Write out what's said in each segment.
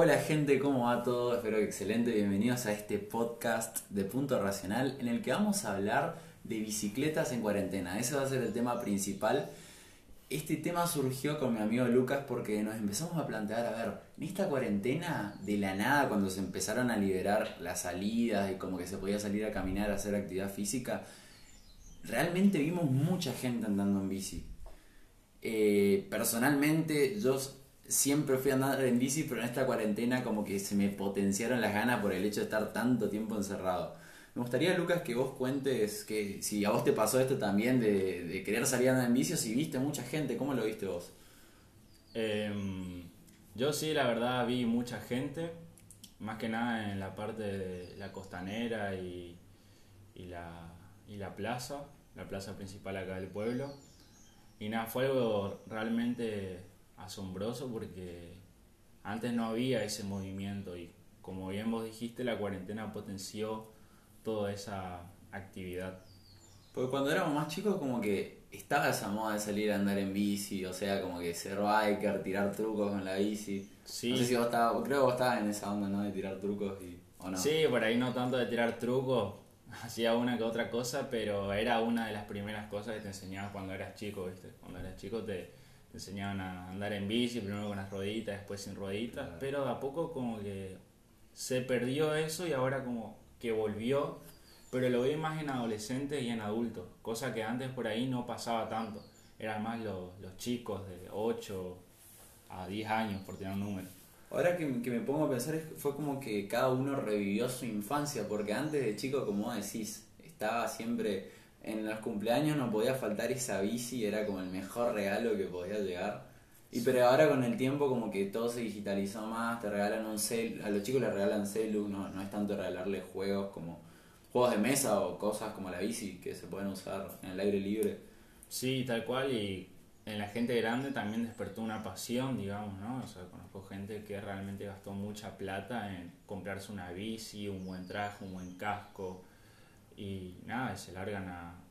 Hola gente, ¿cómo va todo? Espero que excelente. Bienvenidos a este podcast de Punto Racional en el que vamos a hablar de bicicletas en cuarentena. Ese va a ser el tema principal. Este tema surgió con mi amigo Lucas porque nos empezamos a plantear, a ver, en esta cuarentena de la nada cuando se empezaron a liberar las salidas y como que se podía salir a caminar, a hacer actividad física, realmente vimos mucha gente andando en bici. Personalmente yo siempre fui a andar en bici, pero en esta cuarentena como que se me potenciaron las ganas por el hecho de estar tanto tiempo encerrado. Me gustaría, Lucas, que vos cuentes que si a vos te pasó esto también de querer salir a andar en bici o si viste mucha gente, ¿cómo lo viste vos? Yo sí, la verdad, vi mucha gente, más que nada en la parte de la costanera y la plaza principal acá del pueblo. Y nada, fue algo realmente asombroso porque antes no había ese movimiento y como bien vos dijiste, la cuarentena potenció toda esa actividad. Porque cuando éramos más chicos como que estaba esa moda de salir a andar en bici, o sea, como que ser biker, tirar trucos con la bici. No sé si Sí, vos estabas, creo que vos estabas en esa onda, ¿no? De tirar trucos o no. sí, por ahí no tanto de tirar trucos, hacía una que otra cosa, pero era una de las primeras cosas que te enseñaban cuando eras chico, ¿viste? Cuando eras chico te enseñaban a andar en bici, primero con las rueditas, después sin rueditas, Claro. pero de a poco como que se perdió eso y ahora como que volvió, pero lo vi más en adolescentes y en adultos, cosa que antes por ahí no pasaba tanto, eran más los chicos de 8 a 10 años, por tener un número. Ahora que me pongo a pensar, fue como que cada uno revivió su infancia, porque antes de chico, como vos decís, estaba siempre en los cumpleaños, no podía faltar esa bici, era como el mejor regalo que podía llegar. Y pero ahora con el tiempo como que todo se digitalizó más, te regalan un cel, a los chicos les regalan celu, no es tanto regalarles juegos como juegos de mesa o cosas como la bici que se pueden usar en el aire libre. Sí, tal cual, y en la gente grande también despertó una pasión, digamos, ¿no? O sea, conozco gente que realmente gastó mucha plata en comprarse una bici, un buen traje, un buen casco, y nada, y se largan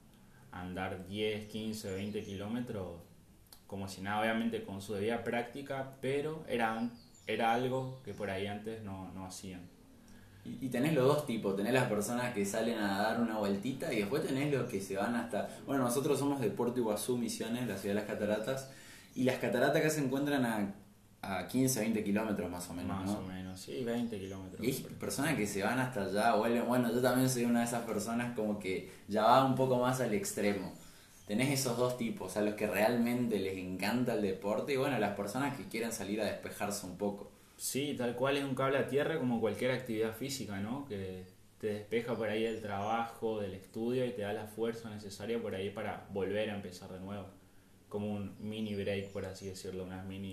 a andar 10, 15, 20 kilómetros, como si nada, obviamente con su debida práctica, pero era algo que por ahí antes no hacían. Y tenés los dos tipos, tenés las personas que salen a dar una vueltita y después tenés los que se van hasta... Bueno, nosotros somos de Puerto Iguazú, Misiones, la ciudad de las cataratas, y las cataratas acá se encuentran a 15, 20 kilómetros más o menos, Más o ¿no? menos, sí, 20 kilómetros. Y hay personas que se van hasta allá, vuelven, bueno, yo también soy una de esas personas como que ya va un poco más al extremo. Tenés esos dos tipos, a los que realmente les encanta el deporte y bueno, las personas que quieren salir a despejarse un poco. Sí, tal cual es un cable a tierra como cualquier actividad física, ¿no? Que te despeja por ahí del trabajo, del estudio y te da la fuerza necesaria por ahí para volver a empezar de nuevo. Como un mini break, por así decirlo,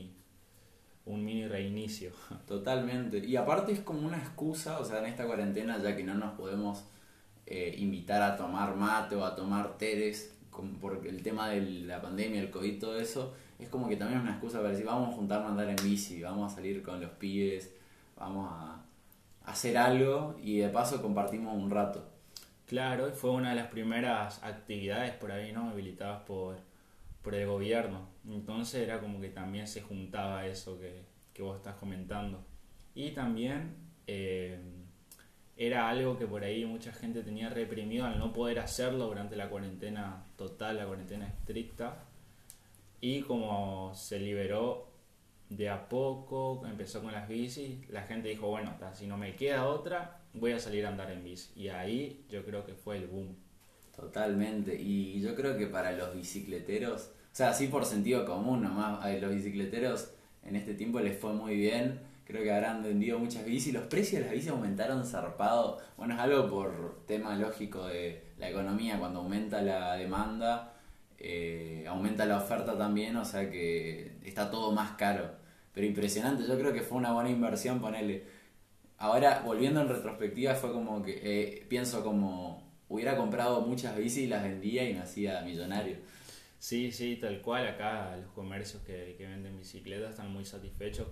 un mini reinicio. Totalmente. Y aparte es como una excusa, o sea, en esta cuarentena, ya que no nos podemos invitar a tomar mate o a tomar teres, por el tema de la pandemia, el COVID, todo eso, es como que también es una excusa para decir, vamos a juntarnos a andar en bici, vamos a salir con los pibes, vamos a hacer algo y de paso compartimos un rato. Claro, y fue una de las primeras actividades por ahí, ¿no? Habilitadas por el gobierno. Entonces era como que también se juntaba eso que vos estás comentando. Y también eh, era algo que por ahí mucha gente tenía reprimido al no poder hacerlo durante la cuarentena total, la cuarentena estricta. Y como se liberó de a poco, empezó con las bicis, la gente dijo, bueno, si no me queda otra, voy a salir a andar en bici. Y ahí yo creo que fue el boom. Totalmente. Y yo creo que para los bicicleteros, o sea, así por sentido común nomás, a los bicicleteros en este tiempo les fue muy bien. Creo que habrán vendido muchas bicis. Los precios de las bicis aumentaron zarpado. Bueno, es algo por tema lógico de la economía. Cuando aumenta la demanda, aumenta la oferta también. O sea que está todo más caro. Pero impresionante. Yo creo que fue una buena inversión ponerle. Ahora, volviendo en retrospectiva, fue como que pienso como hubiera comprado muchas bicis y las vendía y me hacía millonario. Sí, sí, tal cual. Acá los comercios que venden bicicletas están muy satisfechos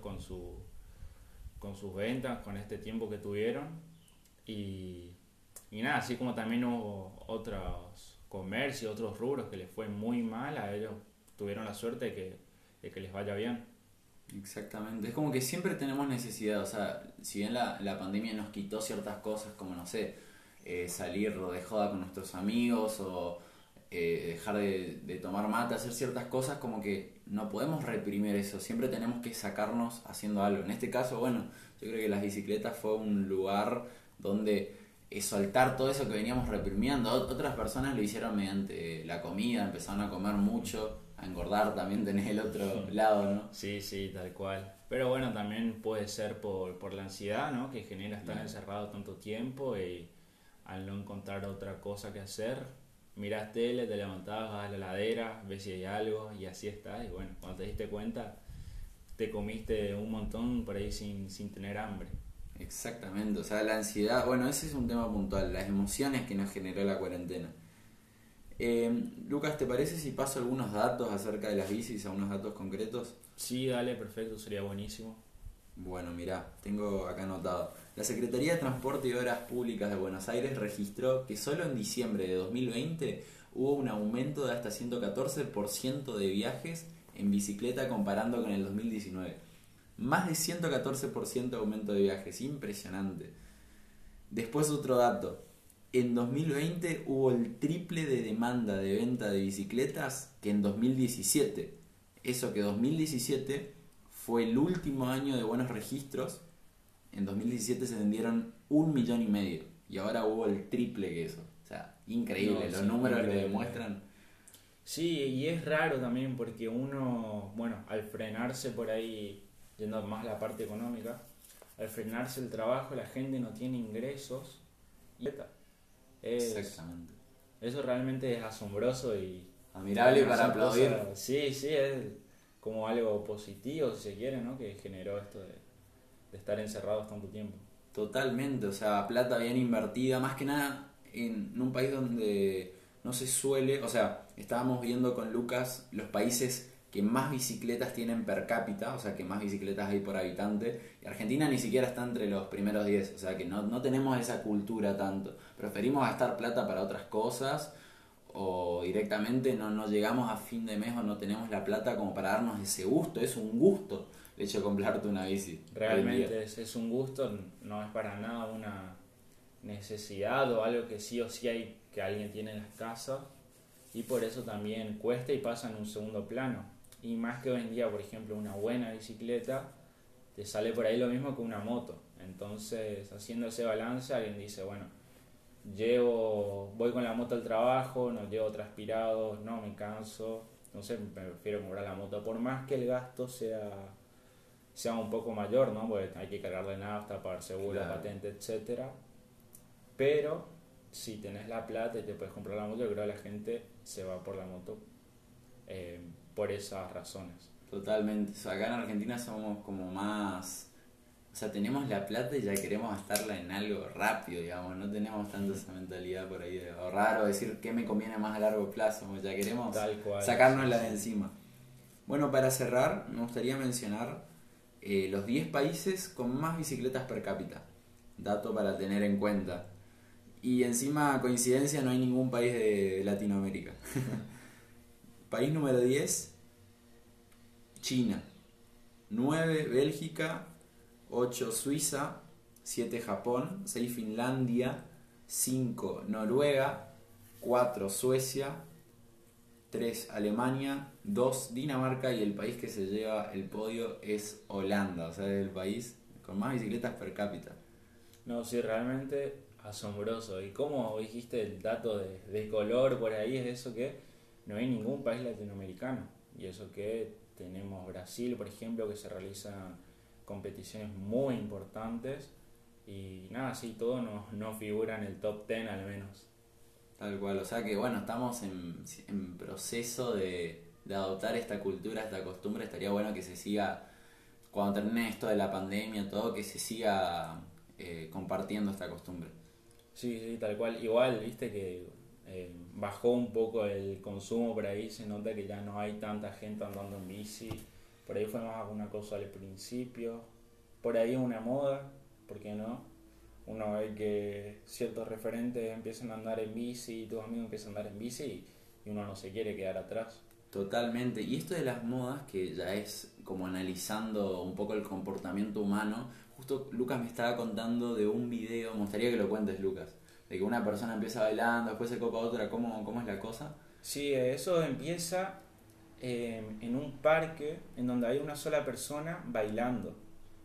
con sus ventas, con este tiempo que tuvieron. Y, y nada, así como también hubo otros comercios, otros rubros que les fue muy mal, a ellos tuvieron la suerte de que les vaya bien. Exactamente, es como que siempre tenemos necesidad, o sea, si bien la pandemia nos quitó ciertas cosas como, no sé, salir de joda con nuestros amigos o dejar de tomar mate, hacer ciertas cosas, como que no podemos reprimir eso, siempre tenemos que sacarnos haciendo algo. En este caso, bueno, yo creo que las bicicletas fue un lugar donde soltar todo eso que veníamos reprimiendo. Otras personas lo hicieron mediante la comida, empezaron a comer mucho, a engordar, también tenés el otro lado, ¿no? Sí, sí, tal cual. Pero bueno, también puede ser por la ansiedad, ¿no? Que genera estar Claro. encerrado tanto tiempo y al no encontrar otra cosa que hacer, mirás tele, te levantás, vas a la heladera, ves si hay algo y así está. Y bueno, cuando te diste cuenta, te comiste un montón por ahí sin tener hambre. Exactamente, o sea, la ansiedad, bueno, ese es un tema puntual, las emociones que nos generó la cuarentena. Lucas, ¿te parece si paso algunos datos acerca de las bicis, a unos datos concretos? Sí, dale, perfecto, sería buenísimo. Bueno, mirá, tengo acá anotado. La Secretaría de Transporte y Obras Públicas de Buenos Aires registró que solo en diciembre de 2020 hubo un aumento de hasta 114% de viajes en bicicleta comparando con el 2019. Más de 114% de aumento de viajes, impresionante. Después otro dato. En 2020 hubo el triple de demanda de venta de bicicletas que en 2017. Eso que 2017 fue el último año de buenos registros. En 2017 se vendieron 1,5 millones y ahora hubo el triple que eso. O sea, increíble, No, los sí, números lo increíble. demuestran. Sí, y es raro también porque uno, bueno, al frenarse por ahí, yendo más a la parte económica, al frenarse el trabajo, la gente no tiene ingresos y es, Exactamente. eso realmente es asombroso y Admirable bueno, para son aplaudir. cosas, sí, sí, es como algo positivo si se quiere, ¿no? Que generó esto de estar encerrados tanto tiempo. Totalmente, o sea, plata bien invertida, más que nada en un país donde no se suele, o sea, estábamos viendo con Lucas los países que más bicicletas tienen per cápita, o sea, que más bicicletas hay por habitante, y Argentina ni siquiera está entre los primeros 10, o sea, que no tenemos esa cultura tanto. Preferimos gastar plata para otras cosas o directamente no llegamos a fin de mes o no tenemos la plata como para darnos ese gusto, es un gusto el hecho de comprarte una bici hoy en día. Realmente es un gusto, no es para nada una necesidad o algo que sí o sí hay que alguien tiene en las casas y por eso también cuesta y pasa en un segundo plano. Y más que hoy en día, por ejemplo, una buena bicicleta te sale por ahí lo mismo que una moto. Entonces, haciendo ese balance, alguien dice, bueno, voy con la moto al trabajo, no llevo transpirado, no me canso, entonces me prefiero comprar la moto por más que el gasto sea un poco mayor, ¿no? Porque hay que cargarle nafta, pagar seguro, Claro. patente, etcétera. Pero si tenés la plata y te puedes comprar la moto, yo creo que la gente se va por la moto eh, por esas razones. Totalmente. O sea, acá en Argentina somos como más... O sea, tenemos la plata y ya queremos gastarla en algo rápido, digamos. No tenemos tanto esa mentalidad por ahí de ahorrar o decir qué me conviene más a largo plazo. Ya queremos Tal cual, sí, sacárnosla de sí. encima. Bueno, para cerrar, me gustaría mencionar los 10 países con más bicicletas per cápita. Dato para tener en cuenta. Y encima, coincidencia, no hay ningún país de Latinoamérica. País número 10, China. 9 Bélgica, 8 Suiza, 7 Japón, 6 Finlandia, 5 Noruega, 4 Suecia, 3 Alemania, 2 Dinamarca y el país que se lleva el podio es Holanda, o sea, es el país con más bicicletas per cápita. No, sí, realmente asombroso. Y como dijiste el dato de color por ahí, es eso que no hay ningún país latinoamericano. Y eso que tenemos Brasil, por ejemplo, que se realizan competiciones muy importantes. Y nada, sí, todo no figura en el top 10 al menos. Tal cual, o sea que bueno, estamos en proceso de adoptar esta cultura, esta costumbre. Estaría bueno que se siga, cuando termine esto de la pandemia, todo, que se siga compartiendo esta costumbre. Sí, sí, tal cual. Igual, viste que bajó un poco el consumo por ahí, se nota que ya no hay tanta gente andando en bici. Por ahí fue más una cosa al principio. Por ahí una moda, ¿por qué no? Uno ve que ciertos referentes empiezan a andar en bici, tus amigos empiezan a andar en bici y uno no se quiere quedar atrás. Totalmente. Y esto de las modas, que ya es como analizando un poco el comportamiento humano, justo Lucas me estaba contando de un video, me gustaría que lo cuentes, Lucas, de que una persona empieza bailando, después se copa otra, ¿cómo es la cosa? Sí, eso empieza en un parque en donde hay una sola persona bailando.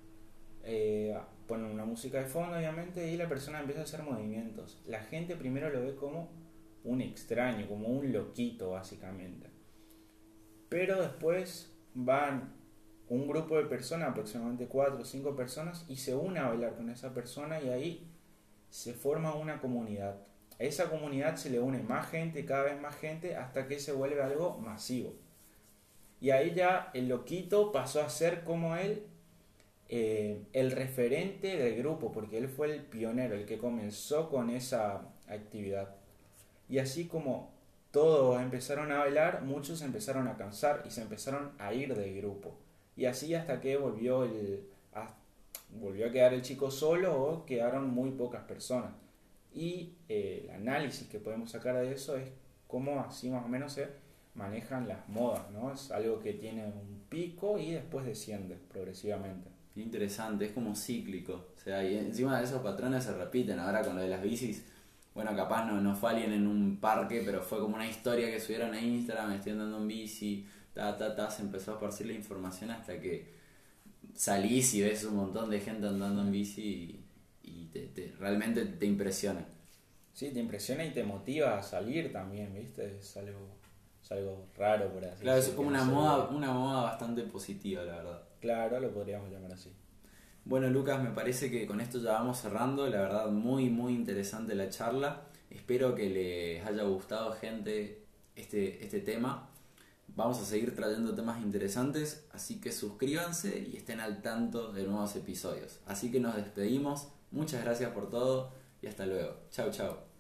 Ponen una música de fondo, obviamente, y la persona empieza a hacer movimientos. La gente primero lo ve como un extraño, como un loquito, básicamente. Pero después van un grupo de personas, aproximadamente 4 o 5 personas, y se une a bailar con esa persona y ahí se forma una comunidad. A esa comunidad se le une más gente, cada vez más gente, hasta que se vuelve algo masivo. Y ahí ya el loquito pasó a ser como él, el referente del grupo, porque él fue el pionero, el que comenzó con esa actividad. Y así como todos empezaron a bailar, muchos empezaron a cansar y se empezaron a ir del grupo. Y así hasta que volvió a quedar el chico solo o quedaron muy pocas personas. Y el análisis que podemos sacar de eso es cómo así más o menos se manejan las modas, ¿no? Es algo que tiene un pico y después desciende progresivamente. Qué interesante, es como cíclico. O sea, y encima de esos patrones se repiten. Ahora con lo de las bicis, bueno, capaz no fue alguien en un parque, pero fue como una historia que subieron a Instagram, estoy andando en bici, se empezó a esparcir la información hasta que salís y ves un montón de gente andando en bici y realmente te impresiona. Sí, te impresiona y te motiva a salir también, ¿viste? Es algo raro, por así Claro, es decirlo, como que no una moda bastante positiva, la verdad. Claro, lo podríamos llamar así. Bueno, Lucas, me parece que con esto ya vamos cerrando. La verdad, muy, muy interesante la charla. Espero que les haya gustado, gente, este tema. Vamos a seguir trayendo temas interesantes, así que suscríbanse y estén al tanto de nuevos episodios. Así que nos despedimos. Muchas gracias por todo y hasta luego. Chau, chau.